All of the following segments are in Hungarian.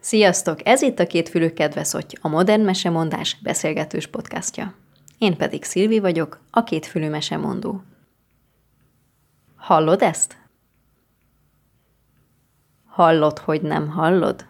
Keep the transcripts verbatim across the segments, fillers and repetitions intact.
Sziasztok! Ez itt a Kétfülű Kedveszotty, a Modern Mesemondás beszélgetős podcastja. Én pedig Szilvi vagyok, a kétfülű mesemondó. Hallod ezt? Hallod, hogy nem hallod?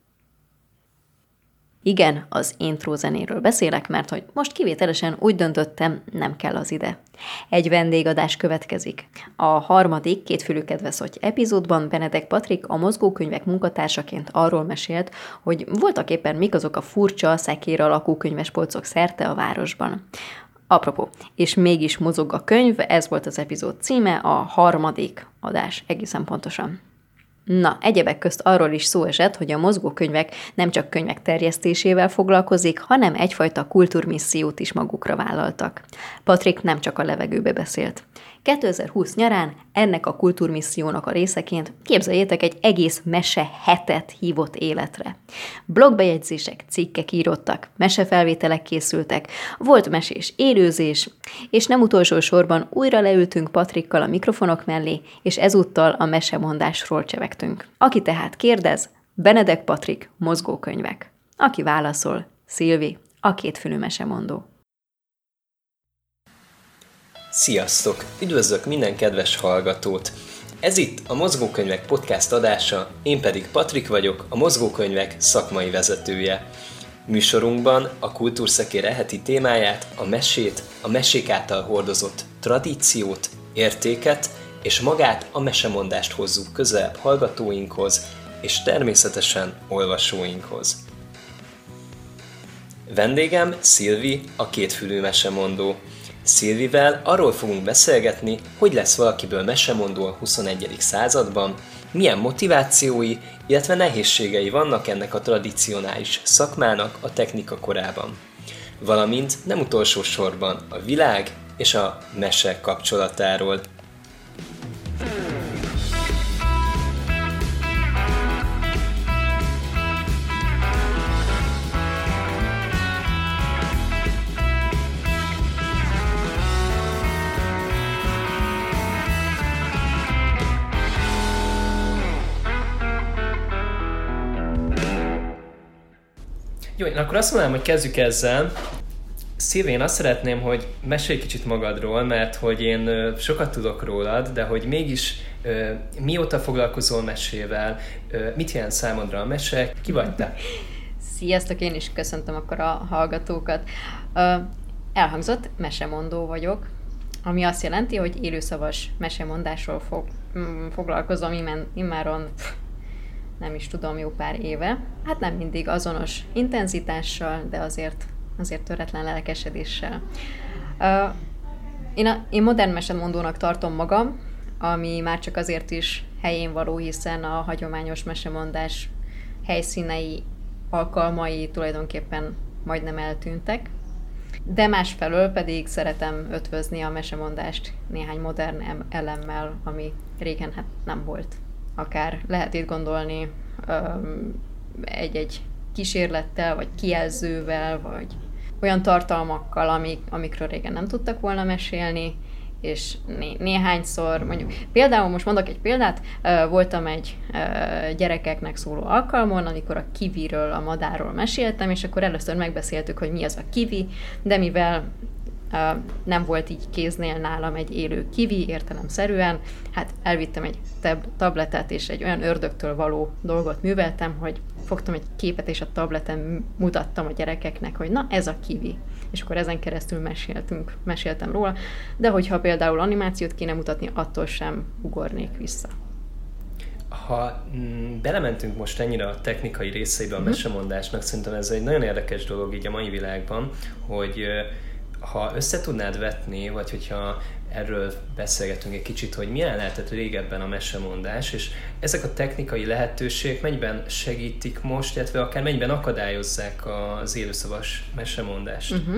Igen, az intro zenéről beszélek, mert hogy most kivételesen úgy döntöttem, nem kell az ide. Egy vendégadás következik. A harmadik Kétfülű Kedveszotty epizódban Benedek Patrik a mozgókönyvek munkatársaként arról mesélt, hogy voltak éppen mik azok a furcsa, szekér alakú könyvespolcok szerte a városban. Apropó, és mégis mozog a könyv, ez volt az epizód címe, a harmadik adás egészen pontosan. Na, egyebek közt arról is szó esett, hogy a mozgókönyvek nem csak könyvek terjesztésével foglalkozik, hanem egyfajta kultúrmissziót is magukra vállaltak. Patrik nem csak a levegőbe beszélt. kétezer-húsz nyarán ennek a kultúrmissziónak a részeként képzeljétek egy egész mese hetet hívott életre. Blogbejegyzések, cikkek íródtak, mesefelvételek készültek, volt mesés élőzés, és nem utolsó sorban újra leültünk Patrikkal a mikrofonok mellé, és ezúttal a mesemondásról csevegtünk. Aki tehát kérdez, Benedek Patrik, mozgókönyvek. Aki válaszol, Szilvi, a kétfülű mesemondó. Sziasztok! Üdvözlök minden kedves hallgatót! Ez itt a Mozgókönyvek podcast adása, én pedig Patrik vagyok, a Mozgókönyvek szakmai vezetője. Műsorunkban a kultúrszekér eheti témáját, a mesét, a mesék által hordozott tradíciót, értéket és magát a mesemondást hozzuk közelebb hallgatóinkhoz és természetesen olvasóinkhoz. Vendégem Szilvi, a kétfülű mesemondó. Szilvivel arról fogunk beszélgetni, hogy lesz valakiből mesemondó a huszonegyedik században, milyen motivációi, illetve nehézségei vannak ennek a tradicionális szakmának a technika korában. Valamint nem utolsó sorban a világ és a mese kapcsolatáról. Jó, én akkor azt mondanám, hogy kezdjük ezzel. Szilvi, én azt szeretném, hogy mesélj kicsit magadról, mert hogy én ö, sokat tudok rólad, de hogy mégis ö, mióta foglalkozol mesével, ö, mit jelent számodra a mese, ki vagy te? Sziasztok, én is köszöntöm akkor a hallgatókat. Ö, elhangzott, mesemondó vagyok, ami azt jelenti, hogy élőszavas mesemondásról fog, mm, foglalkozom imen, immáron... nem is tudom, jó pár éve. Hát nem mindig azonos intenzitással, de azért, azért töretlen lelkesedéssel. Uh, én, a, én modern mesemondónak tartom magam, ami már csak azért is helyén való, hiszen a hagyományos mesemondás helyszínei, alkalmai tulajdonképpen majdnem eltűntek. De másfelől pedig szeretem ötvözni a mesemondást néhány modern elemmel, ami régen hát nem volt. Akár lehet itt gondolni um, egy-egy kísérlettel, vagy kijelzővel, vagy olyan tartalmakkal, amik, amikről régen nem tudtak volna mesélni, és né- néhányszor, mondjuk, például most mondok egy példát, uh, voltam egy uh, gyerekeknek szóló alkalmon, amikor a kiviről, a madárról meséltem, és akkor először megbeszéltük, hogy mi az a kivi, de mivel Uh, nem volt így kéznél nálam egy élő kivi értelemszerűen, hát elvittem egy tab- tabletet, és egy olyan ördögtől való dolgot műveltem, hogy fogtam egy képet, és a tableten mutattam a gyerekeknek, hogy na, ez a kivi. És akkor ezen keresztül meséltünk, meséltem róla, de hogyha például animációt kéne mutatni, attól sem ugornék vissza. Ha mm, belementünk most ennyire a technikai részeibe a mm-hmm. mesemondásnak, szerintem ez egy nagyon érdekes dolog így a mai világban, hogy ha össze tudnád vetni, vagy hogyha erről beszélgetünk egy kicsit, hogy milyen lehetett régebben a mesemondás, és ezek a technikai lehetőségek mennyiben segítik most, illetve akár mennyiben akadályozzák az élőszavas mesemondást? Uh-huh.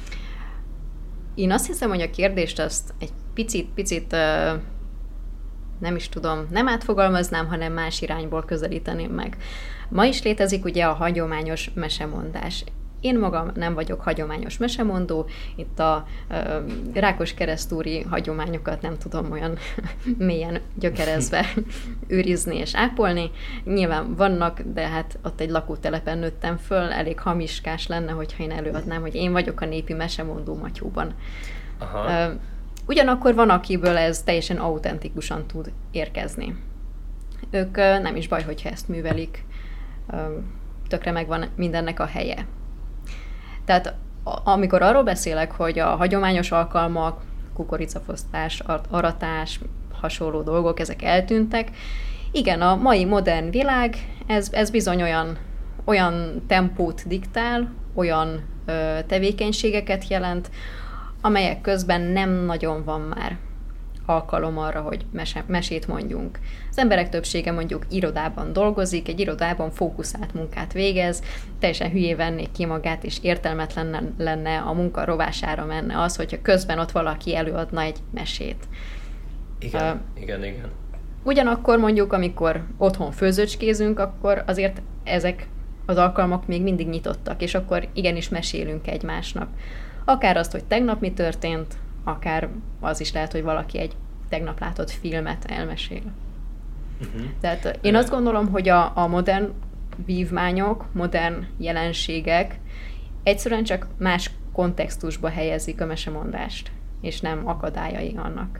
Én azt hiszem, hogy a kérdést azt egy picit, picit uh, nem is tudom, nem átfogalmaznám, hanem más irányból közelíteném meg. Ma is létezik ugye a hagyományos mesemondás. Én magam nem vagyok hagyományos mesemondó, itt a uh, Rákoskeresztúri hagyományokat nem tudom olyan mélyen gyökerezve őrizni és ápolni. Nyilván vannak, de hát ott egy lakótelepen nőttem föl, elég hamiskás lenne, hogyha én előadnám, hogy én vagyok a népi mesemondó Matyóban. Aha. Uh, ugyanakkor van, akiből ez teljesen autentikusan tud érkezni. Ők uh, nem is baj, hogyha ezt művelik. Uh, tökre megvan mindennek a helye. Tehát amikor arról beszélek, hogy a hagyományos alkalmak, kukoricafosztás, aratás, hasonló dolgok, ezek eltűntek, igen, a mai modern világ, ez, ez bizony olyan, olyan tempót diktál, olyan ö, tevékenységeket jelent, amelyek közben nem nagyon van már alkalom arra, hogy mese, mesét mondjunk. Az emberek többsége mondjuk irodában dolgozik, egy irodában fókuszált munkát végez, teljesen hülyé vennék ki magát, és értelmetlen lenne, a munka rovására menne az, hogyha közben ott valaki előadna egy mesét. Igen, uh, igen, igen. Ugyanakkor mondjuk, amikor otthon főzőcskézünk, akkor azért ezek az alkalmak még mindig nyitottak, és akkor igenis mesélünk egymásnak. Akár azt, hogy tegnap mi történt, akár az is lehet, hogy valaki egy tegnap látott filmet elmesél. Uh-huh. Tehát én azt gondolom, hogy a, a modern vívmányok, modern jelenségek egyszerűen csak más kontextusba helyezik a mesemondást, és nem akadályai annak.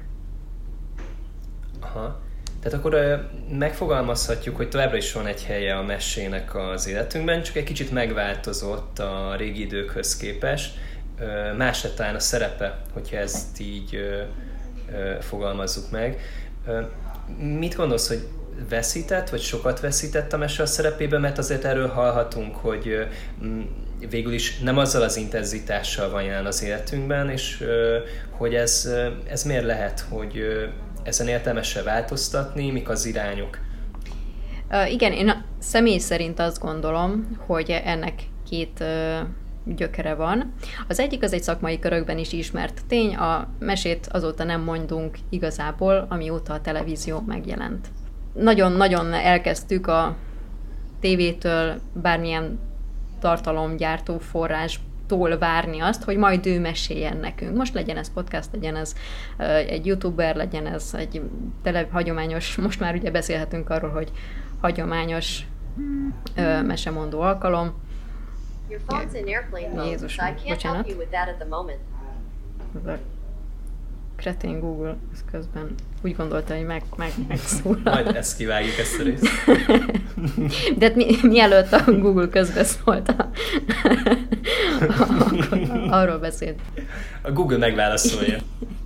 Aha. Tehát akkor megfogalmazhatjuk, hogy továbbra is van egy helye a mesének az életünkben, csak egy kicsit megváltozott a régi időkhöz képest. Más lett talán a szerepe, hogyha ezt így ö, ö, fogalmazzuk meg. Ö, mit gondolsz, hogy veszített, vagy sokat veszített a mese a szerepében, mert azért erről hallhatunk, hogy ö, végül is nem azzal az intenzitással van jelen az életünkben, és ö, hogy ez, ez miért lehet, hogy ö, ezen értelmes-e változtatni, mik az irányok? Uh, igen, én a személy szerint azt gondolom, hogy ennek két uh, gyökere van. Az egyik az egy szakmai körökben is ismert tény, a mesét azóta nem mondunk igazából, amióta a televízió megjelent. Nagyon-nagyon elkezdtük a tévétől, bármilyen tartalomgyártó forrástól várni azt, hogy majd ő meséljen nekünk. Most legyen ez podcast, legyen ez uh, egy youtuber, legyen ez egy tele, hagyományos, most már ugye beszélhetünk arról, hogy hagyományos uh, mesemondó alkalom. Your phone's in airplane mode, so I can't help you with that at the moment. Ez a kretén Google ez közben úgy gondolta, hogy meg, meg, megszólal. Majd ezt kivágjuk, ezt a részt. De mi, mielőtt a Google közbeszólt, a, arról beszélt. A Google megválaszolja.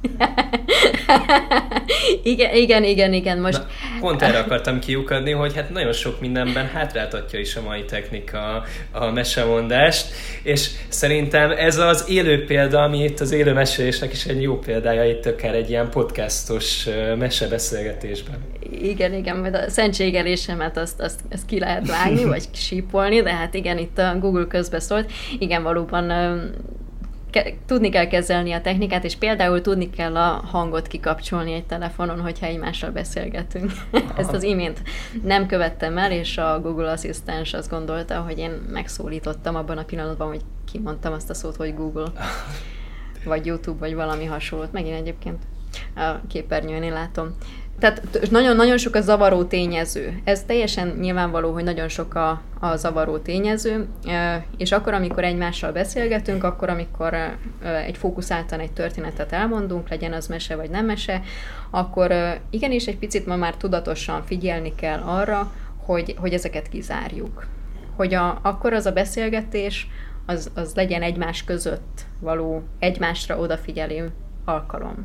igen, igen, igen, igen. Most... Na, pont erre akartam kiukadni, hogy hát nagyon sok mindenben hátráltatja is a mai technika a mesemondást, és szerintem ez az élő példa, ami itt az élő mesélésnek is egy jó példája, itt akár egy ilyen podcastos mesebeszélgetésben. Igen, igen, majd a szentségelésemet azt, azt, azt ki lehet vágni, vagy sípolni, de hát igen, itt a Google közbeszólt. Igen, valóban Ke- tudni kell kezelni a technikát, és például tudni kell a hangot kikapcsolni egy telefonon, hogyha egymással beszélgetünk. Ezt az imént nem követtem el, és a Google Asszisztens azt gondolta, hogy én megszólítottam abban a pillanatban, hogy kimondtam azt a szót, hogy Google, vagy YouTube, vagy valami hasonlót. Megint egyébként a képernyőn én látom. Tehát nagyon-nagyon sok a zavaró tényező. Ez teljesen nyilvánvaló, hogy nagyon sok a, a zavaró tényező, és akkor, amikor egymással beszélgetünk, akkor, amikor egy fókuszáltan egy történetet elmondunk, legyen az mese vagy nem mese, akkor igenis egy picit ma már tudatosan figyelni kell arra, hogy, hogy ezeket kizárjuk. Hogy a, akkor az a beszélgetés, az, az legyen egymás között való, egymásra odafigyelő alkalom.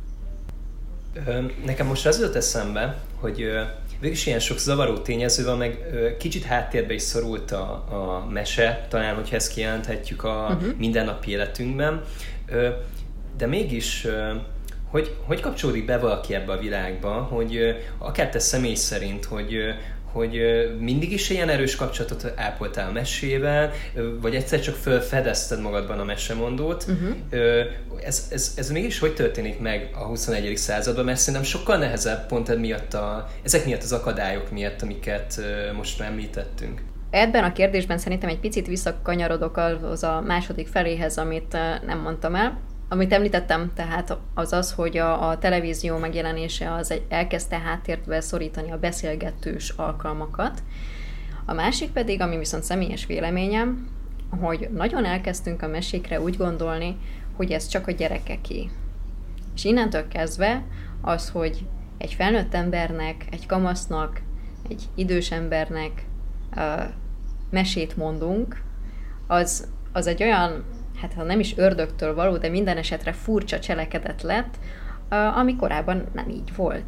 Nekem most az jutott eszembe, hogy végülis ilyen sok zavaró tényező van, meg kicsit háttérbe is szorult a, a mese, talán, hogyha ezt kijelenthetjük a uh-huh. mindennapi életünkben, de mégis hogy, hogy kapcsolódik be valaki ebbe a világba, hogy akár te személy szerint, hogy hogy mindig is ilyen erős kapcsolatot ápoltál a mesével, vagy egyszer csak felfedezted magadban a mesemondót. Uh-huh. Ez, ez, ez mégis hogy történik meg a huszonegyedik században, mert szerintem sokkal nehezebb pont miatt a, ezek miatt az akadályok miatt, amiket most már említettünk. ebben a kérdésben szerintem egy picit visszakanyarodok az a második feléhez, amit nem mondtam el. Amit említettem, tehát az az, hogy a, a televízió megjelenése az egy, elkezdte háttérbe szorítani a beszélgetős alkalmakat. A másik pedig, ami viszont személyes véleményem, hogy nagyon elkezdtünk a mesékre úgy gondolni, hogy ez csak a gyerekeké. És innentől kezdve az, hogy egy felnőtt embernek, egy kamasznak, egy idős embernek uh, mesét mondunk, az, az egy olyan, hát ha nem is ördögtől való, de minden esetre furcsa cselekedet lett, uh, ami korábban nem így volt.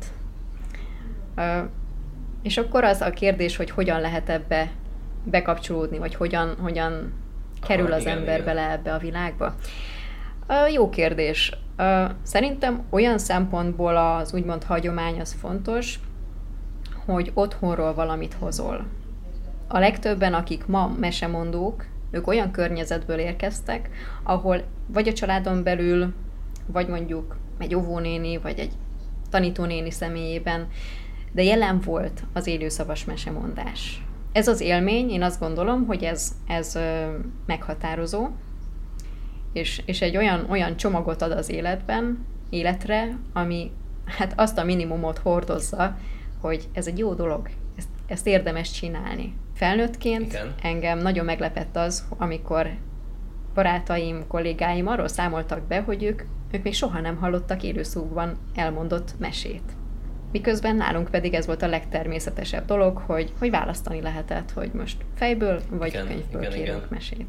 Uh, és akkor az a kérdés, hogy hogyan lehet ebbe bekapcsolódni, vagy hogyan, hogyan kerül az igen, ember igen. bele ebbe a világba. Uh, jó kérdés. Uh, szerintem olyan szempontból az úgymond hagyomány az fontos, hogy otthonról valamit hozol. A legtöbben, akik ma mesemondók, ők olyan környezetből érkeztek, ahol vagy a családon belül, vagy mondjuk egy óvónéni, vagy egy tanítónéni személyében, de jelen volt az élőszavas mesemondás. Ez az élmény, én azt gondolom, hogy ez, ez ö, meghatározó, és, és egy olyan, olyan csomagot ad az életben, életre, ami hát azt a minimumot hordozza, hogy ez egy jó dolog, ezt, ezt érdemes csinálni. Felnőttként igen. Engem nagyon meglepett az, amikor barátaim, kollégáim arról számoltak be, hogy ők, ők még soha nem hallottak élőszóban elmondott mesét. Miközben nálunk pedig ez volt a legtermészetesebb dolog, hogy, hogy választani lehetett, hogy most fejből vagy igen, könyvből igen, kérünk igen. mesét.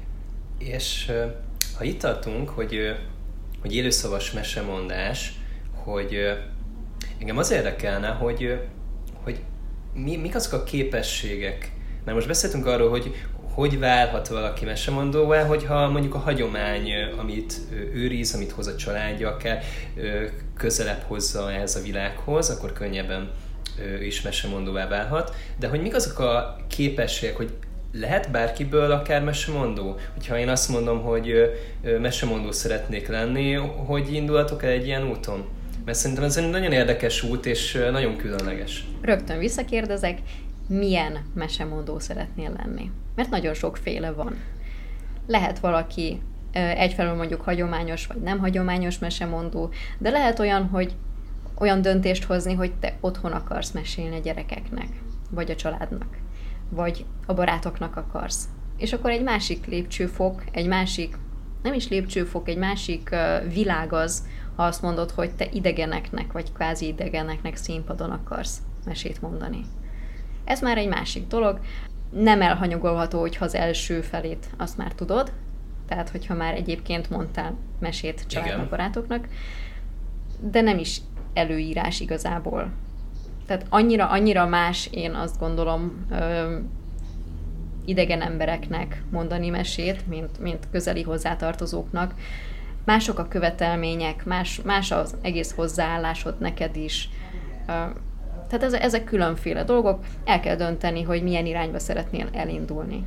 És ha itt tartunk, hogy, hogy élőszavas mesemondás, hogy engem az érdekelne, hogy, hogy mi, mik azok a képességek, mert most beszéltünk arról, hogy hogy válhat valaki mesemondóvá, hogyha mondjuk a hagyomány, amit őriz, amit hoz a családja, akár közelebb hozza ehhez a világhoz, akkor könnyebben ő is mesemondóvá válhat. De hogy mik azok a képességek, hogy lehet bárkiből akár mesemondó? Hogyha én azt mondom, hogy mesemondó szeretnék lenni, hogy indulhatok el egy ilyen úton? Mert szerintem ez egy nagyon érdekes út, és nagyon különleges. Rögtön visszakérdezek, milyen mesemondó szeretnél lenni? Mert nagyon sokféle van. Lehet valaki egyfelől mondjuk hagyományos vagy nem hagyományos mesemondó, de lehet olyan, hogy olyan döntést hozni, hogy te otthon akarsz mesélni a gyerekeknek, vagy a családnak, vagy a barátoknak akarsz. És akkor egy másik lépcsőfok, egy másik, nem is lépcsőfok, egy másik világ az, ha azt mondod, hogy te idegeneknek, vagy kvázi idegeneknek színpadon akarsz mesét mondani. Ez már egy másik dolog. Nem elhanyagolható, hogyha az első felét azt már tudod, tehát hogyha már egyébként mondtál mesét családnak, barátoknak, de nem is előírás igazából. Tehát annyira, annyira más, én azt gondolom, ö, idegen embereknek mondani mesét, mint, mint közeli hozzátartozóknak. Mások a követelmények, más, más az egész hozzáállásod neked is. Ö, Tehát ez, ezek különféle dolgok, el kell dönteni, hogy milyen irányba szeretnél elindulni.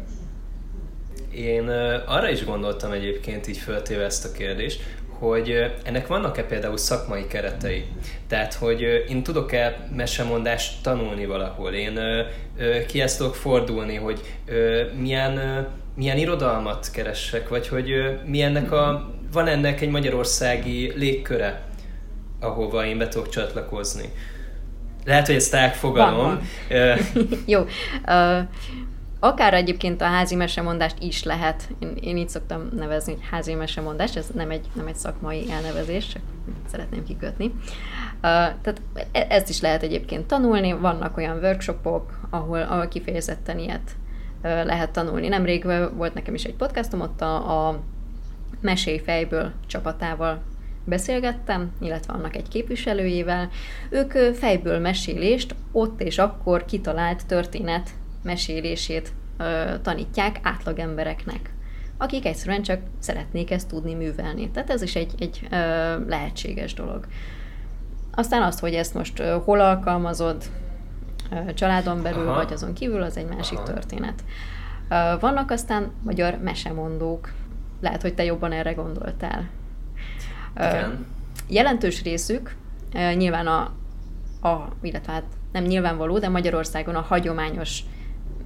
Én arra is gondoltam egyébként, így föltéve ezt a kérdést, hogy ennek vannak-e például szakmai keretei? Tehát, hogy én tudok-e mesemondást tanulni valahol? Én kihez tudok fordulni, hogy milyen, milyen irodalmat keressek, vagy hogy milyennek a, van ennek egy magyarországi légköre, ahova én be tudok csatlakozni? Lehet, hogy ez tág fogalom. Jó. Uh, akár egyébként a házi mesemondást is lehet. Én, én így szoktam nevezni, hogy házi mesemondás, ez nem egy, nem egy szakmai elnevezés, csak szeretném kikötni. Uh, tehát ezt is lehet egyébként tanulni. Vannak olyan workshopok, ahol, ahol kifejezetten ilyet uh, lehet tanulni. Nemrég volt nekem is egy podcastom, ott a, a Mesélj fejből csapatával beszélgettem, illetve annak egy képviselőjével. Ők fejből mesélést, ott és akkor kitalált történet mesélését ö, tanítják átlag embereknek, akik egyszerűen csak szeretnék ezt tudni művelni. Tehát ez is egy, egy ö, lehetséges dolog. Aztán azt, hogy ezt most ö, hol alkalmazod, ö, családon belül, aha, vagy azon kívül, az egy másik aha. történet. Ö, vannak aztán magyar mesemondók. Lehet, hogy te jobban erre gondoltál. Igen. Jelentős részük nyilván a, a, illetve hát nem nyilvánvaló, de Magyarországon a hagyományos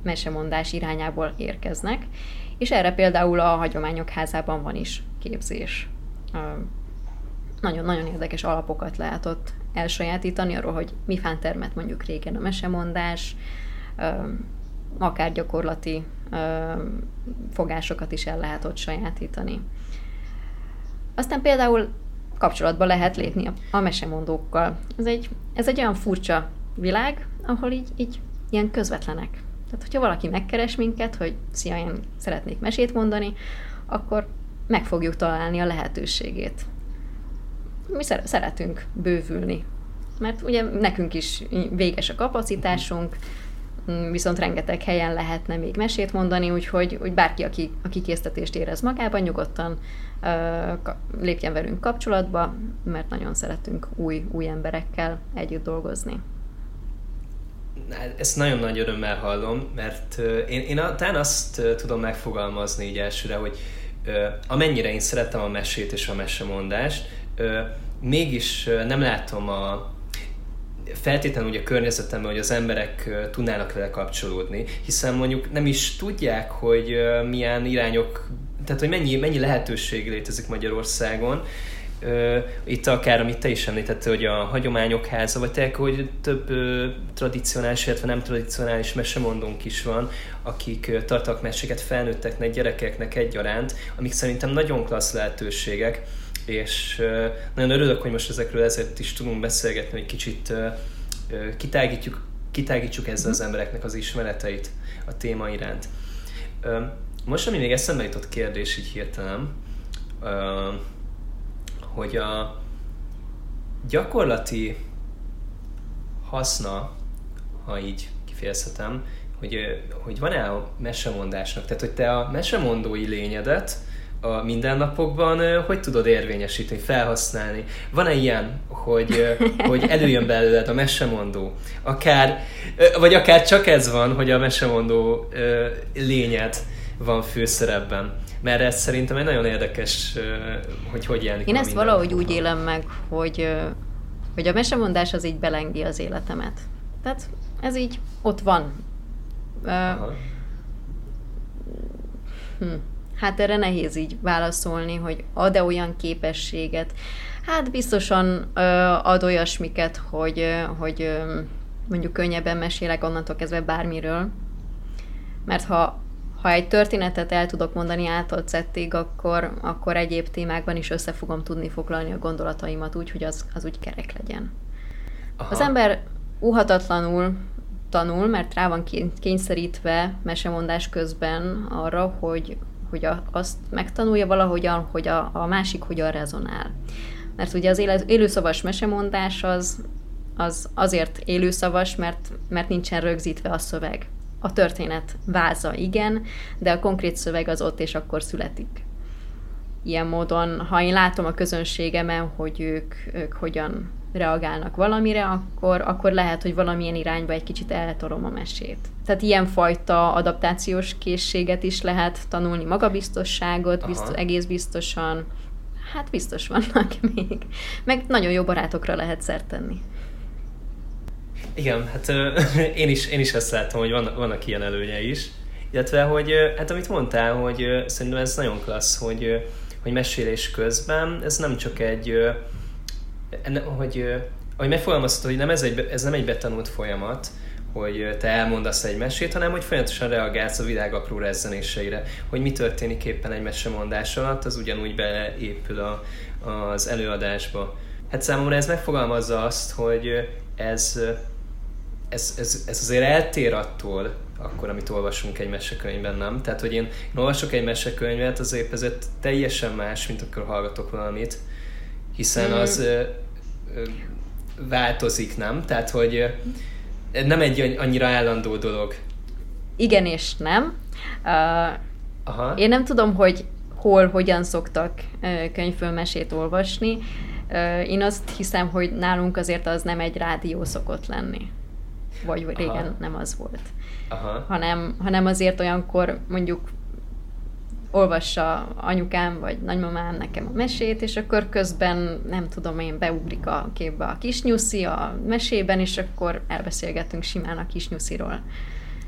mesemondás irányából érkeznek, és erre például a Hagyományok Házában van is képzés. Nagyon-nagyon érdekes alapokat lehet ott elsajátítani arról, hogy mifán termett mondjuk régen a mesemondás, akár gyakorlati fogásokat is el lehet ott sajátítani. Aztán például kapcsolatba lehet lépni a mesemondókkal. Ez egy, ez egy olyan furcsa világ, ahol így, így ilyen közvetlenek. Tehát, hogyha valaki megkeres minket, hogy szia, én szeretnék mesét mondani, akkor meg fogjuk találni a lehetőségét. Mi szeretünk bővülni, mert ugye nekünk is véges a kapacitásunk, viszont rengeteg helyen lehetne még mesét mondani, úgyhogy úgy bárki, aki, aki késztetést érez magában, nyugodtan uh, lépjen velünk kapcsolatba, mert nagyon szeretünk új, új emberekkel együtt dolgozni. Ezt nagyon nagy örömmel hallom, mert uh, én, én talán azt uh, tudom megfogalmazni így elsőre, hogy uh, amennyire én szeretem a mesét és a mesemondást, uh, mégis uh, nem látom a feltétlenül ugye a környezetemben, hogy az emberek uh, tudnának vele kapcsolódni, hiszen mondjuk nem is tudják, hogy uh, milyen irányok, tehát hogy mennyi, mennyi lehetőség létezik Magyarországon. Uh, itt akár, amit te is említettél, hogy a Hagyományok Háza, vagy tényleg, hogy több uh, tradicionális, illetve nem tradicionális mesemondónk is van, akik uh, tartanak meséket felnőtteknek, gyerekeknek egyaránt, amik szerintem nagyon klassz lehetőségek, és uh, nagyon örülök, hogy most ezekről ezért is tudunk beszélgetni, hogy kicsit uh, uh, kitágítjuk, kitágítsuk ezzel az embereknek az ismereteit a téma iránt. Uh, most, ami még eszembe jutott kérdés így hirtelen, uh, hogy a gyakorlati haszna, ha így kifejezhetem, hogy, hogy van-e a mesemondásnak, tehát hogy te a mesemondói lényedet a mindennapokban hogy tudod érvényesíteni, felhasználni? Van-e ilyen, hogy, hogy előjön belőled a mesemondó? Akár, vagy akár csak ez van, hogy a mesemondó lényed van főszerepben? Mert ez szerintem egy nagyon érdekes, hogy hogy jelenik. Én ezt valahogy úgy élem meg, hogy, hogy a mesemondás az így belengi az életemet. Tehát ez így ott van. Aha. Hm. Hát erre nehéz így válaszolni, hogy ad-e olyan képességet. Hát biztosan ad olyasmiket, hogy, hogy mondjuk könnyebben mesélek onnantól kezdve bármiről. Mert ha Ha egy történetet el tudok mondani ától zettig, akkor, akkor egyéb témákban is össze fogom tudni foglalni a gondolataimat úgy, hogy az, az úgy kerek legyen. Aha. Az ember óhatatlanul tanul, mert rá van kényszerítve mesemondás közben arra, hogy, hogy a, azt megtanulja valahogyan, hogy a, a másik hogyan rezonál. Mert ugye az élőszavas mesemondás az, az azért élőszavas, mert, mert nincsen rögzítve a szöveg. A történet váza, igen, de a konkrét szöveg az ott és akkor születik. Ilyen módon, ha én látom a közönségemen, hogy ők, ők hogyan reagálnak valamire, akkor, akkor lehet, hogy valamilyen irányba egy kicsit eltolom a mesét. Tehát ilyenfajta adaptációs készséget is lehet tanulni, magabiztosságot, biztos, egész biztosan. Hát biztos vannak még. Meg nagyon jó barátokra lehet szert tenni. Igen, hát euh, én, is, én is ezt látom, hogy vannak, vannak ilyen előnye is. Illetve, hogy hát amit mondtál, hogy euh, szerintem ez nagyon klassz, hogy, euh, hogy mesélés közben ez nem csak egy, euh, hogy, euh, hogy megfogalmaztad, hogy nem ez, egy, ez nem egy betanult folyamat, hogy te elmondasz egy mesét, hanem hogy folyamatosan reagálsz a világ apró rezzenéseire. Hogy mi történik éppen egy mesemondás alatt, az ugyanúgy beépül a, az előadásba. Hát számomra ez megfogalmazza azt, hogy ez, ez, ez, ez azért eltér attól, akkor, amit olvasunk egy mesekönyvben, nem? Tehát, hogy én, én olvasok egy mesekönyvet, azért ez teljesen más, mint akkor hallgatok valamit, hiszen az mm. ö, ö, változik, nem? Tehát, hogy nem egy annyira állandó dolog. Igen és nem. Uh, Aha. Én nem tudom, hogy hol, hogyan szoktak uh, könyvfölmesét olvasni. Uh, én azt hiszem, hogy nálunk azért az nem egy rádió szokott lenni. Vagy Aha. régen nem az volt. Aha. Hanem, hanem azért olyankor mondjuk olvassa anyukám vagy nagymamám nekem a mesét, és akkor közben, nem tudom én, beugrik a képbe a kisnyuszi a mesében, és akkor elbeszélgetünk simán a kisnyusziról.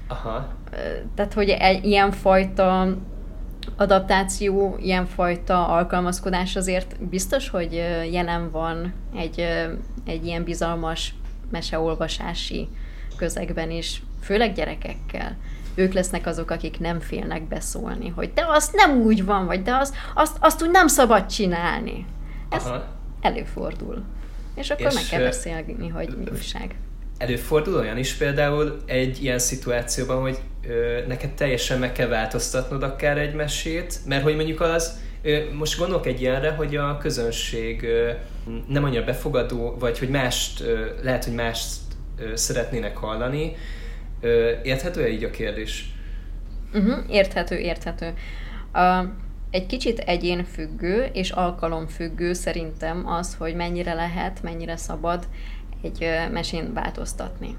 Aha. Tehát, hogy egy ilyenfajta adaptáció, ilyenfajta alkalmazkodás azért biztos, hogy jelen van egy, egy ilyen bizalmas meseolvasási közegben is, főleg gyerekekkel. Ők lesznek azok, akik nem félnek beszólni, hogy de azt nem úgy van, vagy de azt, azt, azt úgy nem szabad csinálni. Ez Aha. előfordul. És akkor és meg kell beszélni, hogy mi újság. Előfordul olyan is például egy ilyen szituációban, hogy ö, neked teljesen meg kell változtatnod akár egy mesét, mert hogy mondjuk az, ö, most gondolok egy ilyenre, hogy a közönség ö, nem annyira befogadó, vagy hogy mást, ö, lehet, hogy mást ö, szeretnének hallani. Ö, érthető-e így a kérdés? Uh-huh, érthető, érthető. Uh, egy kicsit egyénfüggő és alkalomfüggő szerintem az, hogy mennyire lehet, mennyire szabad egy mesén változtatni.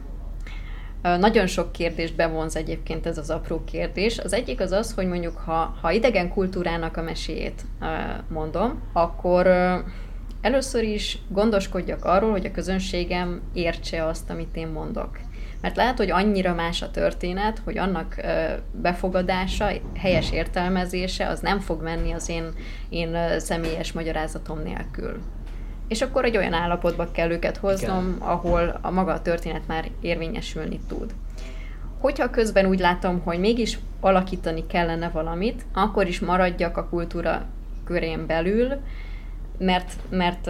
Nagyon sok kérdést bevonz egyébként ez az apró kérdés. Az egyik az az, hogy mondjuk ha, ha idegen kultúrának a meséjét mondom, akkor először is gondoskodjak arról, hogy a közönségem értse azt, amit én mondok. Mert lehet, hogy annyira más a történet, hogy annak befogadása, helyes értelmezése az nem fog menni az én, én személyes magyarázatom nélkül. És akkor egy olyan állapotba kell őket hoznom, Igen. ahol a maga a történet már érvényesülni tud. Hogyha közben úgy látom, hogy mégis alakítani kellene valamit, akkor is maradjak a kultúra körén belül, mert, mert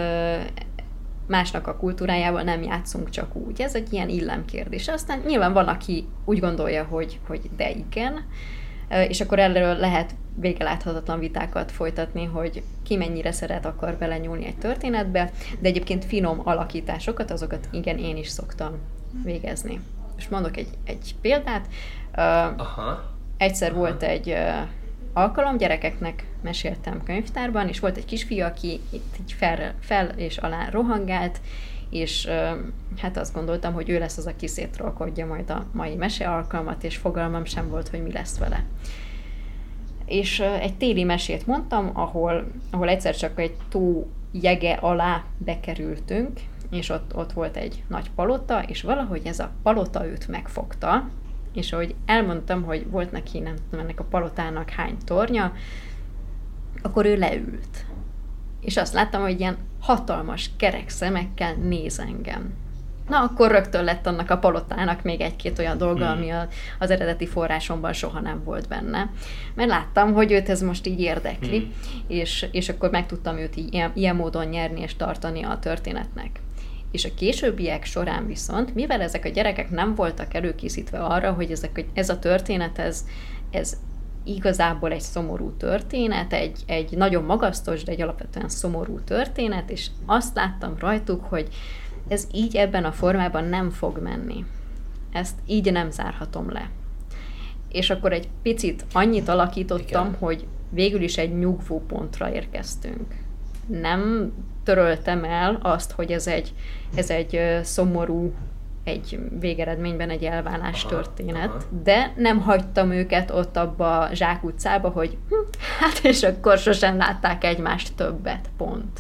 másnak a kultúrájával nem játszunk csak úgy. Ez egy ilyen illemkérdés. Aztán nyilván van, aki úgy gondolja, hogy, hogy de igen, és akkor erről lehet végeláthatatlan vitákat folytatni, hogy ki mennyire szeret, akar belenyúlni egy történetbe, de egyébként finom alakításokat, azokat igen, én is szoktam végezni. És mondok egy, egy példát. Aha. Egyszer Aha. volt egy alkalom, gyerekeknek meséltem könyvtárban, és volt egy kisfiú, aki itt így fel, fel és alá rohangált, és hát azt gondoltam, hogy ő lesz az, aki szétrolkodja majd a mai mese alkalmat, és fogalmam sem volt, hogy mi lesz vele. És egy téli mesét mondtam, ahol, ahol egyszer csak egy tó jege alá bekerültünk, és ott, ott volt egy nagy palota, és valahogy ez a palota őt megfogta, és ahogy elmondtam, hogy volt neki, nem tudom, ennek a palotának hány tornya, akkor ő leült. És azt láttam, hogy ilyen hatalmas kerek szemekkel néz engem. Na, akkor rögtön lett annak a palotának még egy-két olyan dolga, hmm. ami a, az eredeti forrásomban soha nem volt benne. Mert láttam, hogy őt ez most így érdekli, hmm. és, és akkor meg tudtam őt így ilyen, ilyen módon nyerni és tartani a történetnek. És a későbbiek során viszont, mivel ezek a gyerekek nem voltak előkészítve arra, hogy ezek, ez a történet, ez, ez igazából egy szomorú történet, egy, egy nagyon magasztos, de egy alapvetően szomorú történet, és azt láttam rajtuk, hogy ez így ebben a formában nem fog menni. Ezt így nem zárhatom le. És akkor egy picit annyit alakítottam, Igen. hogy végül is egy nyugvó pontra érkeztünk. Nem töröltem el azt, hogy ez egy, ez egy szomorú, egy végeredményben egy elválás aha, történet, aha. de nem hagytam őket ott abba a zsákutcába, hogy hm, hát és akkor sosem látták egymást többet, pont.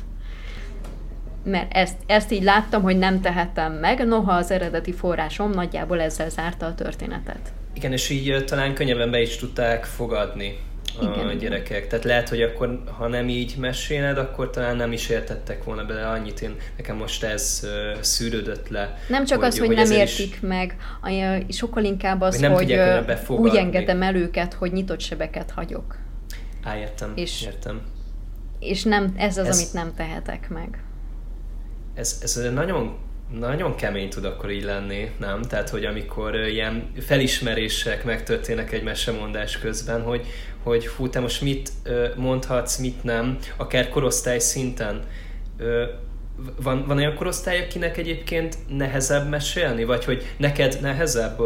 Mert ezt, ezt így láttam, hogy nem tehetem meg, noha az eredeti forrásom nagyjából ezzel zárta a történetet. Igen, és így talán könnyebben be is tudták fogadni a igen, gyerekek. Igen. Tehát lehet, hogy akkor, ha nem így meséled, akkor talán nem is értettek volna bele annyit. Én, nekem most ez uh, szűrődött le. Nem csak hogy, az, hogy, hogy nem értik is... meg, sokkal inkább az, hogy, hogy úgy engedem el őket, hogy nyitott sebeket hagyok. Á, értem, és, értem. És nem, ez az, ez... amit nem tehetek meg. Ez, ez nagyon, nagyon kemény tud akkor így lenni, nem? Tehát, hogy amikor ilyen felismerések megtörténnek egy mesemondás közben, hogy, hogy hú, te most mit mondhatsz, mit nem, akár korosztály szinten. Van, van olyan korosztály, akinek egyébként nehezebb mesélni? Vagy hogy neked nehezebb?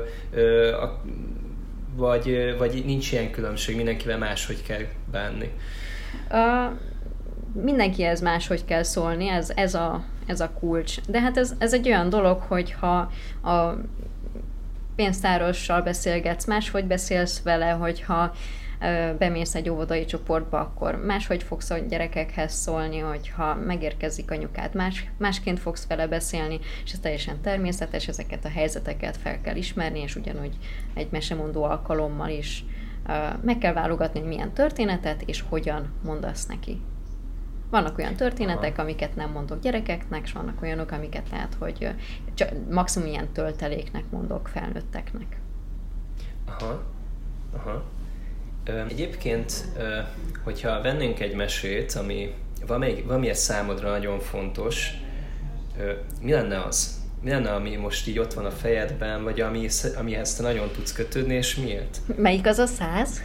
Vagy, vagy nincs ilyen különbség, mindenkivel máshogy kell bánni? Uh... Mindenkihez máshogy kell szólni, ez, ez, a, ez a kulcs. De hát ez, ez egy olyan dolog, hogy ha a pénztárossal beszélgetsz, máshogy beszélsz vele, hogyha bemész egy óvodai csoportba, akkor máshogy fogsz a gyerekekhez szólni, hogyha megérkezik anyukád, más, másként fogsz vele beszélni, és ez teljesen természetes, ezeket a helyzeteket fel kell ismerni, és ugyanúgy egy mesemondó alkalommal is meg kell válogatni, hogy milyen történetet, és hogyan mondasz neki. Vannak olyan történetek, Aha. amiket nem mondok gyerekeknek, és vannak olyanok, amiket lehet, hogy csak maximum ilyen tölteléknek mondok felnőtteknek. Aha. Aha. Egyébként, hogyha vennénk egy mesét, ami valamiért számodra nagyon fontos, mi lenne az? Mi lenne, ami most így ott van a fejedben, vagy ami, amihez te nagyon tudsz kötődni, és miért? Melyik az a száz?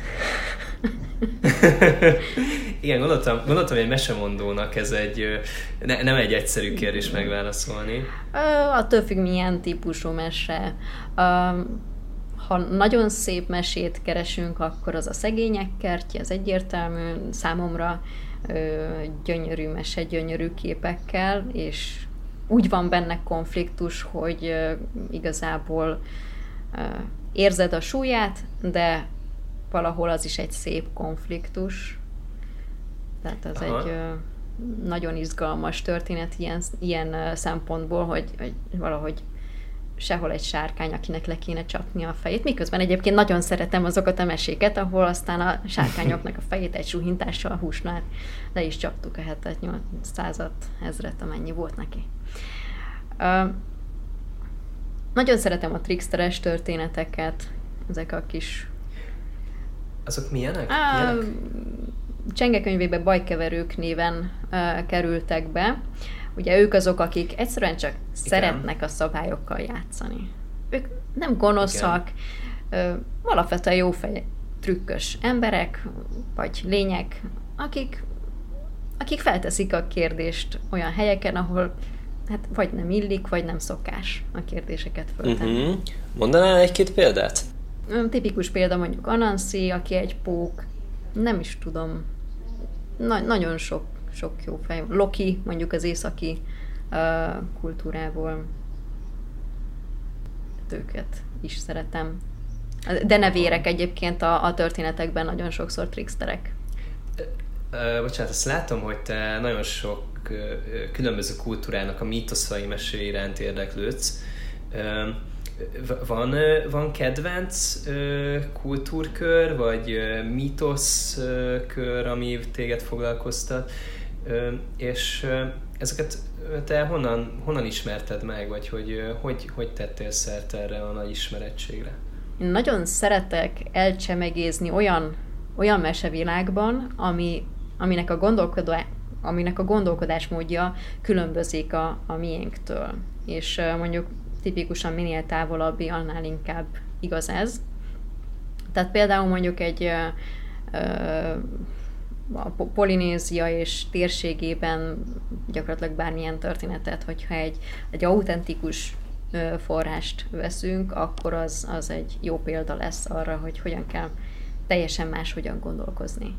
Igen, gondoltam, gondoltam, hogy egy mesemondónak ez egy, ne, nem egy egyszerű kérdés megválaszolni. Attól függ, milyen típusú mese. Ha nagyon szép mesét keresünk, akkor az a Szegények kertje, ez egyértelmű számomra, gyönyörű mese, gyönyörű képekkel, és úgy van benne konfliktus, hogy igazából érzed a súlyát, de valahol az is egy szép konfliktus. Tehát az Aha. egy nagyon izgalmas történet ilyen, ilyen szempontból, hogy, hogy valahogy sehol egy sárkány, akinek le kéne csapni a fejét. Miközben egyébként nagyon szeretem azokat a meséket, ahol aztán a sárkányoknak a fejét egy suhintással a húsnál le is csaptuk a hetet, nyolcszázat, ezret, amennyi volt neki. Uh, nagyon szeretem a tricksteres történeteket, ezek a kis... Azok milyenek? Uh, milyenek? Csenge könyvébe Bajkeverők néven uh, kerültek be. Ugye ők azok, akik egyszerűen csak Igen. szeretnek a szabályokkal játszani. Ők nem gonoszak, Igen. uh, alapvetően jófej, trükkös emberek, vagy lények, akik, akik felteszik a kérdést olyan helyeken, ahol hát vagy nem illik, vagy nem szokás a kérdéseket föltenni. Uh-huh. Mondanál egy-két példát? Tipikus példa mondjuk Anansi, aki egy pók, nem is tudom, Na- nagyon sok, sok jó fej. Loki, mondjuk az északi uh, kultúrából. Őket is szeretem. De ne vérek egyébként a, a történetekben nagyon sokszor tricksterek. Uh, bocsánat, azt látom, hogy te nagyon sok uh, különböző kultúrának a mítoszai meséi iránt érdeklődsz. Uh, van, uh, van kedvenc uh, kultúrkör, vagy uh, mítoszkör, ami téged foglalkoztat, uh, és uh, ezeket te honnan, honnan ismerted meg, vagy hogy, uh, hogy hogy tettél szert erre a nagy ismerettségre? Én nagyon szeretek elcsemegézni olyan, olyan mesevilágban, ami aminek a, gondolkodá, aminek a gondolkodásmódja különbözik a, a miénktől. És uh, mondjuk tipikusan minél távolabbi, annál inkább igaz ez. Tehát például mondjuk egy uh, uh, a Polinézia és térségében gyakorlatilag bármilyen történetet, hogyha egy, egy autentikus uh, forrást veszünk, akkor az, az egy jó példa lesz arra, hogy hogyan kell teljesen máshogyan gondolkozni.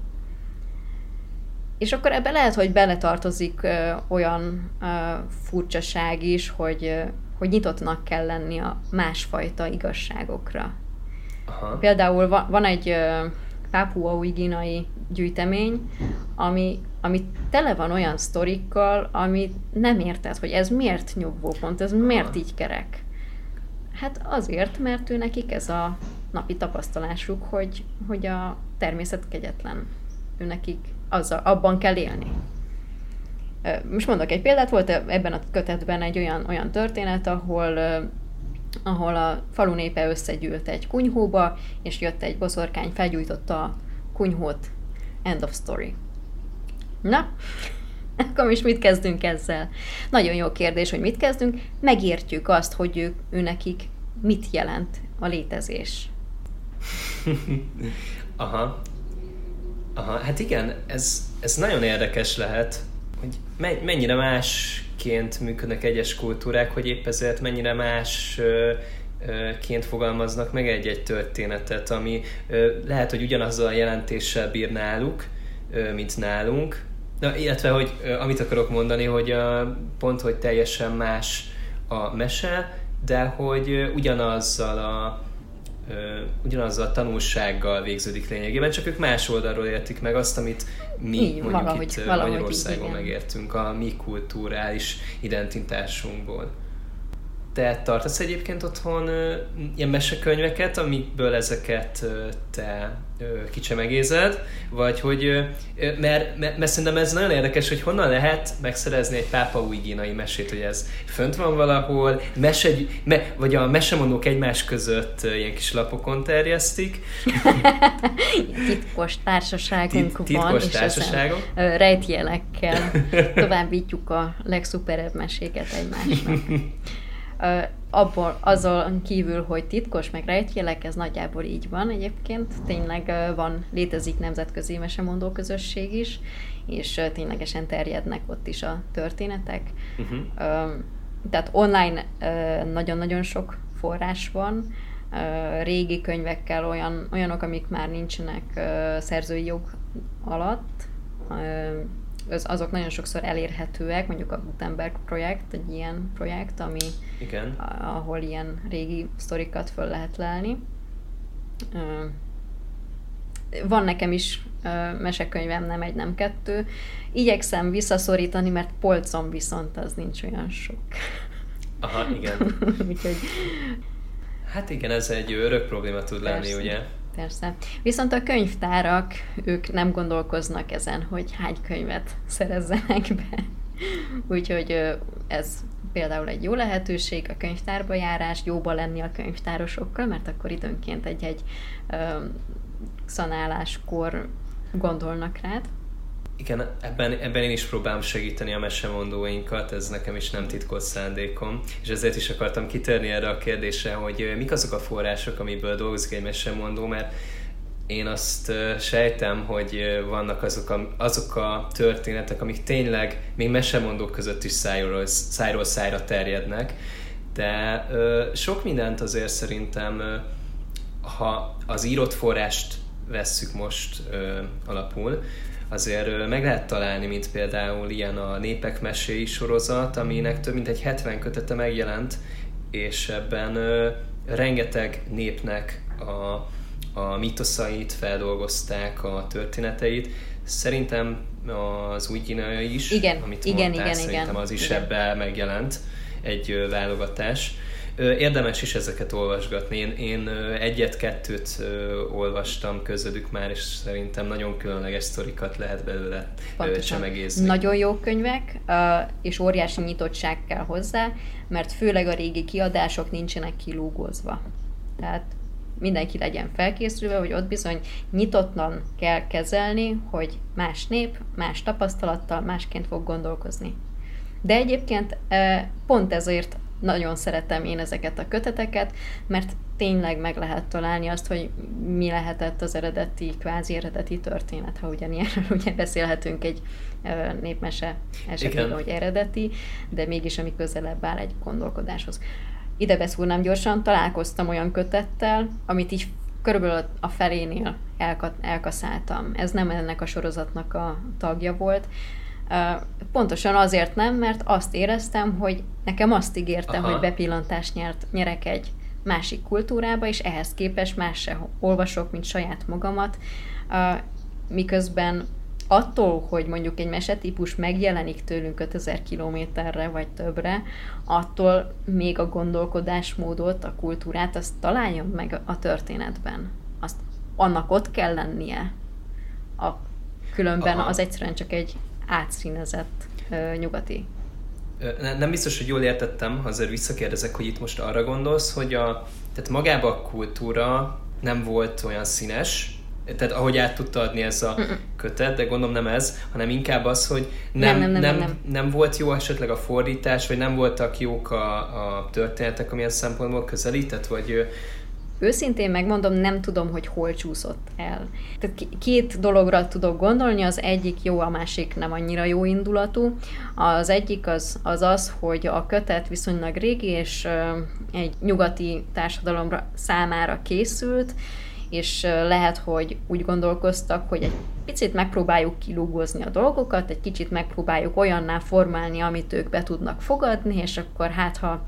És akkor ebbe lehet, hogy beletartozik ö, olyan ö, furcsaság is, hogy, ö, hogy nyitottnak kell lenni a másfajta igazságokra. Aha. Például va, van egy ö, pápua-új-guineai gyűjtemény, ami, ami tele van olyan sztorikkal, amit nem érted, hogy ez miért nyugvópont, ez miért Aha. így kerek. Hát azért, mert ő nekik ez a napi tapasztalásuk, hogy, hogy a természet kegyetlen. Ő nekik azzal, abban kell élni. Most mondok egy példát, volt ebben a kötetben egy olyan, olyan történet, ahol, ahol a falu népe összegyűlt egy kunyhóba, és jött egy boszorkány, felgyújtotta a kunyhót. End of story. Na, akkor is mit kezdünk ezzel? Nagyon jó kérdés, hogy mit kezdünk. Megértjük azt, hogy ő, ő nekik mit jelent a létezés. Aha. Aha, hát igen, ez, ez nagyon érdekes lehet, hogy mennyire másként működnek egyes kultúrák, hogy épp ezért mennyire másként fogalmaznak meg egy-egy történetet, ami lehet, hogy ugyanazzal a jelentéssel bír náluk, mint nálunk. Na, illetve, hogy amit akarok mondani, hogy a, pont, hogy teljesen más a mese, de hogy ugyanazzal a ugyanazzal a tanulsággal végződik lényegében, csak ők más oldalról értik meg azt, amit mi így, mondjuk valahogy, itt valahogy Magyarországon így, megértünk a mi kulturális identitásunkból. Te tartasz egyébként otthon ilyen mesekönyveket, amikből ezeket te kicsemegézed, vagy hogy, mert, mert, mert szerintem ez nagyon érdekes, hogy honnan lehet megszerezni egy Pápa új gínai mesét, hogy ez fönt van valahol, mese, me, vagy a mesemondók egymás között ilyen kis lapokon terjesztik. Titkos társaságunk Tit, titkos van, társaságok. És ezen rejtjelekkel továbbítjuk a legszuperebb meséket egymásnak. Uh, abból, azon kívül, hogy titkos, meg rejtjelek, ez nagyjából így van egyébként. Tényleg uh, van, létezik nemzetközi mesemondó közösség is, és uh, ténylegesen terjednek ott is a történetek. Uh-huh. Uh, tehát online uh, nagyon-nagyon sok forrás van, uh, régi könyvekkel olyan, olyanok, amik már nincsenek uh, szerzői jog alatt, uh, azok nagyon sokszor elérhetőek, mondjuk a Gutenberg projekt, egy ilyen projekt, ami, igen, ahol ilyen régi sztorikat föl lehet lelni. Van nekem is mesekönyvem, nem egy, nem kettő. Igyekszem visszaszorítani, mert polcon viszont az nincs olyan sok. Aha, igen. Úgyhogy... Hát igen, ez egy örök probléma tud lenni, ugye? Persze. Viszont a könyvtárak, ők nem gondolkoznak ezen, hogy hány könyvet szerezzenek be. Úgyhogy ez például egy jó lehetőség, a könyvtárba járás, jóba lenni a könyvtárosokkal, mert akkor időnként egy-egy ö, szanáláskor gondolnak rád. Igen, ebben, ebben én is próbálom segíteni a mesemondóinkat, ez nekem is nem titkolt szándékom, és ezért is akartam kitérni erre a kérdésre, hogy mik azok a források, amiből dolgozik egy mesemondó, mert én azt sejtem, hogy vannak azok a, azok a történetek, amik tényleg még mesemondók között is szájról, szájról szájra terjednek, de ö, sok mindent azért szerintem, ö, ha az írott forrást vesszük most ö, alapul, azért meg lehet találni, mint például ilyen a Népek meséi sorozat, aminek több mint egy hetven kötete megjelent, és ebben ö, rengeteg népnek a, a mitoszait feldolgozták, a történeteit. Szerintem az Új Guinea is, igen, amit igen, mondtál, igen, szerintem igen, az is igen. ebben megjelent, egy ö, válogatás. Érdemes is ezeket olvasgatni. Én, én egyet-kettőt olvastam közöttük már, és szerintem nagyon különleges sztorikat lehet belőle csemegézni. Nagyon jó könyvek, és óriási nyitottság kell hozzá, mert főleg a régi kiadások nincsenek kilúgozva. Tehát mindenki legyen felkészülve, hogy ott bizony nyitottan kell kezelni, hogy más nép, más tapasztalattal, másként fog gondolkozni. De egyébként pont ezért nagyon szeretem én ezeket a köteteket, mert tényleg meg lehet találni azt, hogy mi lehetett az eredeti, kvázi eredeti történet, ha ugyanilyenről ugye beszélhetünk egy népmese esetében, hogy eredeti, de mégis ami közelebb áll egy gondolkodáshoz. Ide beszúrnám gyorsan, találkoztam olyan kötettel, amit így körülbelül a felénél elkaszáltam. Ez nem ennek a sorozatnak a tagja volt. Pontosan azért nem, mert azt éreztem, hogy nekem azt ígértem, aha, hogy bepillantást nyert, nyerek egy másik kultúrába, és ehhez képest más se olvasok, mint saját magamat. Miközben attól, hogy mondjuk egy mesetípus megjelenik tőlünk ötezer kilométerre vagy többre, attól még a gondolkodásmódot, a kultúrát, azt találjam meg a történetben. Azt annak ott kell lennie. A, különben aha, az egyszerűen csak egy átszínezett uh, nyugati. Nem biztos, hogy jól értettem, azért visszakérdezek, hogy itt most arra gondolsz, hogy a, tehát magában a kultúra nem volt olyan színes, tehát ahogy át tudta adni ez a Mm-mm. kötet, de gondolom nem ez, hanem inkább az, hogy nem, nem, nem, nem, nem, nem. nem volt jó esetleg a fordítás, vagy nem voltak jók a, a történetek, amilyen szempontból közelített, vagy... Őszintén megmondom, nem tudom, hogy hol csúszott el. Tehát két dologra tudok gondolni, az egyik jó, a másik nem annyira jó indulatú. Az egyik az az, az hogy a kötet viszonylag régi, és egy nyugati társadalomra számára készült, és lehet, hogy úgy gondolkoztak, hogy egy picit megpróbáljuk kilúgozni a dolgokat, egy kicsit megpróbáljuk olyanná formálni, amit ők be tudnak fogadni, és akkor hát, ha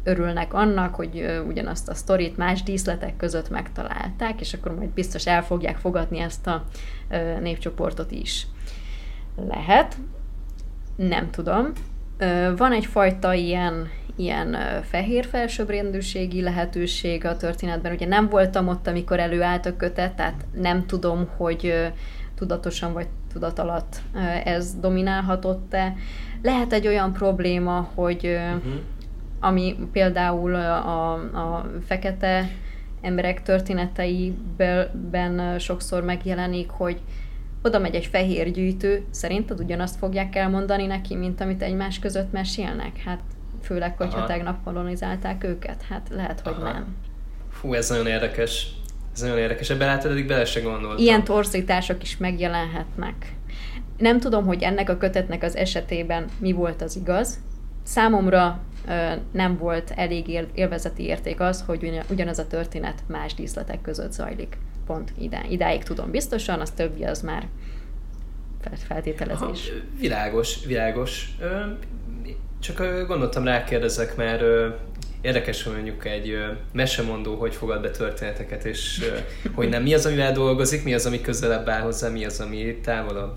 örülnek annak, hogy ugyanazt a sztorit más díszletek között megtalálták, és akkor majd biztos el fogják fogadni ezt a népcsoportot is. Lehet, nem tudom. Van egyfajta ilyen, ilyen fehér felsőbbrendűségi lehetőség a történetben. Ugye nem voltam ott, amikor előállt a kötet, tehát nem tudom, hogy tudatosan vagy tudat alatt ez dominálhatott-e. Lehet egy olyan probléma, hogy uh-huh. ami például a, a fekete emberek történeteiben sokszor megjelenik, hogy oda megy egy fehér gyűjtő, szerinted ugyanazt fogják elmondani neki, mint amit egymás között mesélnek? Hát főleg, hogyha Aha. tegnap kolonizálták őket. Hát lehet, hogy Aha. nem. Fú, ez nagyon érdekes. Ez nagyon érdekes. Ebben látod, eddig bele se gondoltam. Ilyen torzítások is megjelenhetnek. Nem tudom, hogy ennek a kötetnek az esetében mi volt az igaz. Számomra ö, nem volt elég élvezeti érték az, hogy ugyanaz a történet más díszletek között zajlik. Pont idá, idáig tudom biztosan, az többi az már feltételezés. Aha, világos, világos. Csak gondoltam, rákérdezek, mert érdekes, hogy mondjuk egy mesemondó, hogy fogad be történeteket, és hogy nem mi az, amivel dolgozik, mi az, ami közelebb áll hozzá, mi az, ami távolabb.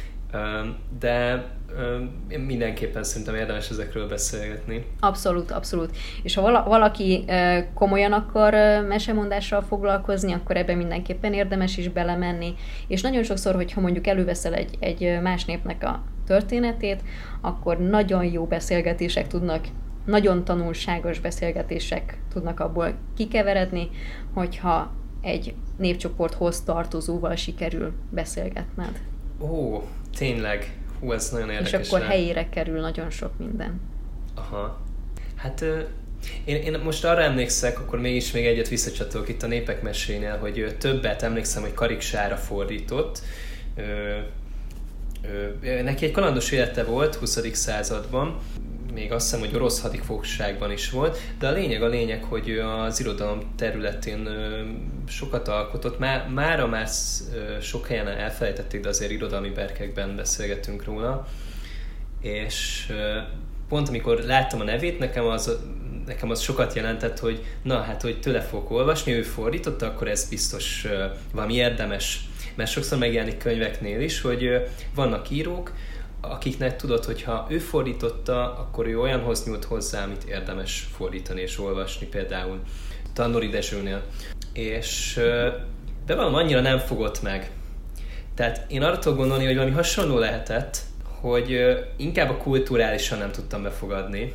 De mindenképpen szerintem érdemes ezekről beszélgetni. Abszolút, abszolút. És ha valaki komolyan akar mesemondással foglalkozni, akkor ebben mindenképpen érdemes is belemenni. És nagyon sokszor, hogyha mondjuk előveszel egy, egy más népnek a történetét, akkor nagyon jó beszélgetések tudnak, nagyon tanulságos beszélgetések tudnak abból kikeveredni, hogyha egy népcsoporthoz tartozóval sikerül beszélgetned. Ó, tényleg. Hú, ez nagyon érdekes. És akkor helyére kerül nagyon sok minden. Aha. Hát én, én most arra emlékszek, akkor mégis még egyet visszacsatolok itt a Népek mesénél, hogy többet emlékszem, hogy Karik Sára fordított. Ö, ö, neki egy kalandos élete volt huszadik században, még azt hiszem, hogy orosz hadifogságban is volt, de a lényeg a lényeg, hogy ő az irodalom területén sokat alkotott. Má, mára már sok helyen elfelejtették, de azért irodalmi berkekben beszélgetünk róla. És pont amikor láttam a nevét, nekem az, nekem az sokat jelentett, hogy na hát, hogy tőle fogok olvasni, ő fordította, akkor ez biztos valami érdemes. Mert sokszor megjelenik könyveknél is, hogy vannak írók, akiknek tudod, hogy ha ő fordította, akkor ő olyanhoz nyújt hozzá, amit érdemes fordítani és olvasni, például Tannori Dezsőnél. És de valami annyira nem fogott meg. Tehát én arra tudok gondolni, hogy valami hasonló lehetett, hogy inkább a kulturálisan nem tudtam befogadni.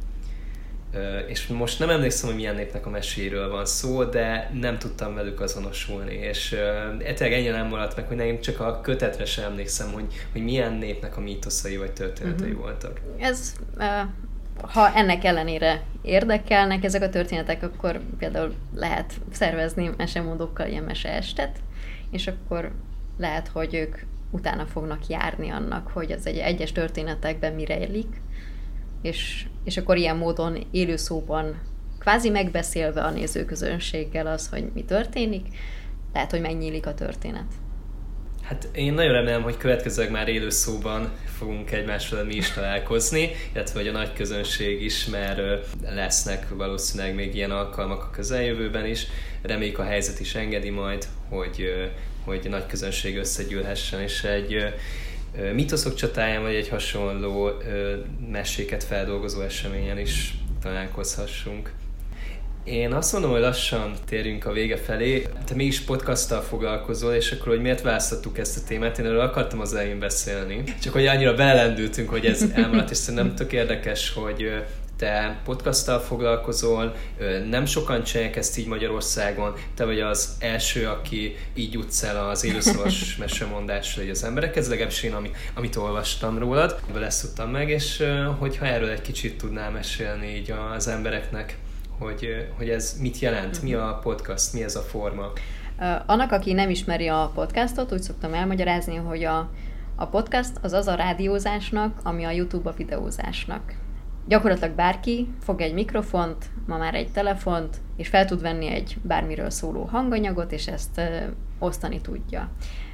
És most nem emlékszem, hogy milyen népnek a meséről van szó, de nem tudtam velük azonosulni, és tényleg ennyi nem maradt meg, hogy én csak a kötetre sem emlékszem, hogy, hogy milyen népnek a mítoszai vagy történetei uh-huh. voltak. Ez, ha ennek ellenére érdekelnek ezek a történetek, akkor például lehet szervezni mesemondókkal ilyen meseestet, és akkor lehet, hogy ők utána fognak járni annak, hogy az egy egyes történetekben mi rejlik, És, és akkor ilyen módon élőszóban kvázi megbeszélve a nézőközönséggel az, hogy mi történik, lehet, hogy megnyílik a történet. Hát én nagyon remélem, hogy következőleg már élőszóban fogunk egymással mi is találkozni, illetve hogy a nagy közönség is, mert lesznek valószínűleg még ilyen alkalmak a közeljövőben is. Reméljük a helyzet is engedi majd, hogy, hogy a nagy közönség összegyűlhessen, és egy mítoszok csatáján, vagy egy hasonló ö, meséket feldolgozó eseményen is találkozhassunk. Én azt mondom, hogy lassan térjünk a vége felé. Te mégis podcasttal foglalkozol, és akkor, hogy miért választottuk ezt a témát, én erről akartam az elején beszélni. Csak hogy annyira belelendültünk, hogy ez elmaradt, és szerintem tök érdekes, hogy te podcasttal foglalkozol, nem sokan csinálják ezt így Magyarországon, te vagy az első, aki így jutsz el az élőszavas mesemondásra az emberekhez, legalábbis én, amit, amit olvastam rólad, ebből ezt tudtam meg, és hogyha erről egy kicsit tudnál mesélni így az embereknek, hogy, hogy ez mit jelent, mi a podcast, mi ez a forma. Annak, aki nem ismeri a podcastot, úgy szoktam elmagyarázni, hogy a, a podcast az az a rádiózásnak, ami a YouTube a videózásnak. Gyakorlatilag bárki fog egy mikrofont, ma már egy telefont, és fel tud venni egy bármiről szóló hanganyagot, és ezt ö, osztani tudja.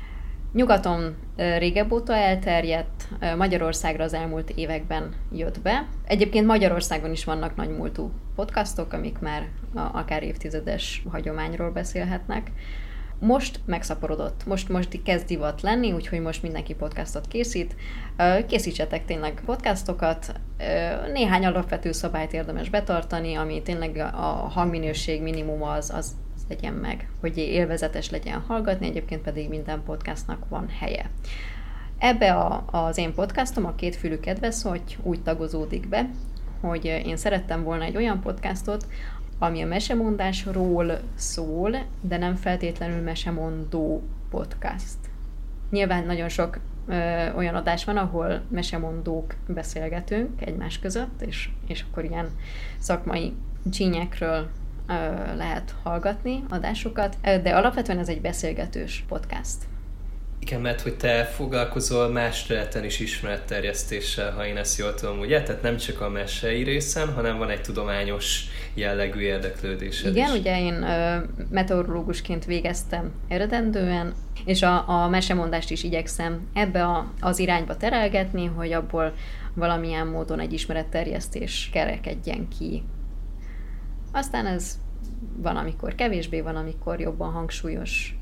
Nyugaton régebb óta elterjedt, Magyarországra az elmúlt években jött be. Egyébként Magyarországon is vannak nagy múltú podcastok, amik már akár évtizedes hagyományról beszélhetnek. Most megszaporodott, most, most kezd divat lenni, úgyhogy most mindenki podcastot készít. Készítsetek tényleg podcastokat, néhány alapvető szabályt érdemes betartani, ami tényleg a hangminőség minimum az, az legyen meg, hogy élvezetes legyen hallgatni, egyébként pedig minden podcastnak van helye. Ebbe a, az én podcastom, a Kétfülű kedveszhogy úgy tagozódik be, hogy én szerettem volna egy olyan podcastot, ami a mesemondásról szól, de nem feltétlenül mesemondó podcast. Nyilván nagyon sok ö, olyan adás van, ahol mesemondók beszélgetünk egymás között, és, és akkor ilyen szakmai csínyekről ö, lehet hallgatni adásokat, de alapvetően ez egy beszélgetős podcast. Igen, mert hogy te foglalkozol más területen is ismeretterjesztéssel, ha én ezt jól tudom, ugye? Tehát nem csak a mesei részen, hanem van egy tudományos jellegű érdeklődésed Igen, is. ugye én ö, meteorológusként végeztem eredendően, és a, a mesemondást is igyekszem ebbe a, az irányba terelgetni, hogy abból valamilyen módon egy ismeretterjesztés kerekedjen ki. Aztán ez van, amikor kevésbé, van, amikor jobban hangsúlyos.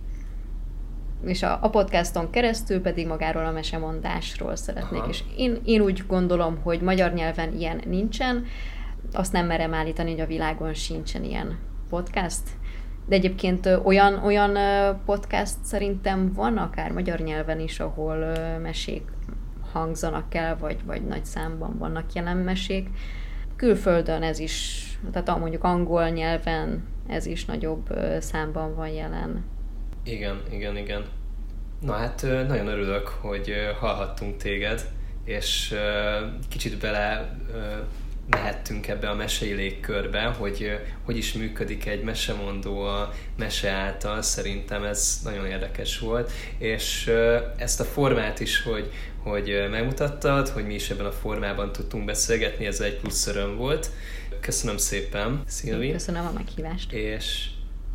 És a, a podcaston keresztül pedig magáról a mesemondásról szeretnék. Aha. És én, én úgy gondolom, hogy magyar nyelven ilyen nincsen, azt nem merem állítani, hogy a világon sincsen ilyen podcast. De egyébként olyan, olyan podcast szerintem van akár magyar nyelven is, ahol mesék hangzanak el, vagy, vagy nagy számban vannak jelen mesék. Külföldön ez is, tehát mondjuk angol nyelven ez is nagyobb számban van jelen. Igen, igen, igen. Na hát nagyon örülök, hogy hallhattunk téged, és kicsit bele mehettünk ebbe a mesei légkörbe, hogy hogy is működik egy mesemondó a mese által, szerintem ez nagyon érdekes volt, és ezt a formát is, hogy, hogy megmutattad, hogy mi is ebben a formában tudtunk beszélgetni, ez egy plusz öröm volt. Köszönöm szépen, Szilvi. Köszönöm a meghívást. És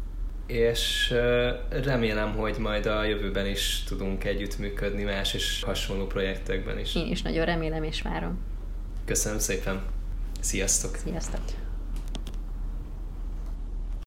és remélem, hogy majd a jövőben is tudunk együttműködni más és hasonló projektekben is. Én is nagyon remélem és várom. Köszönöm szépen. Sziasztok! Sziasztok!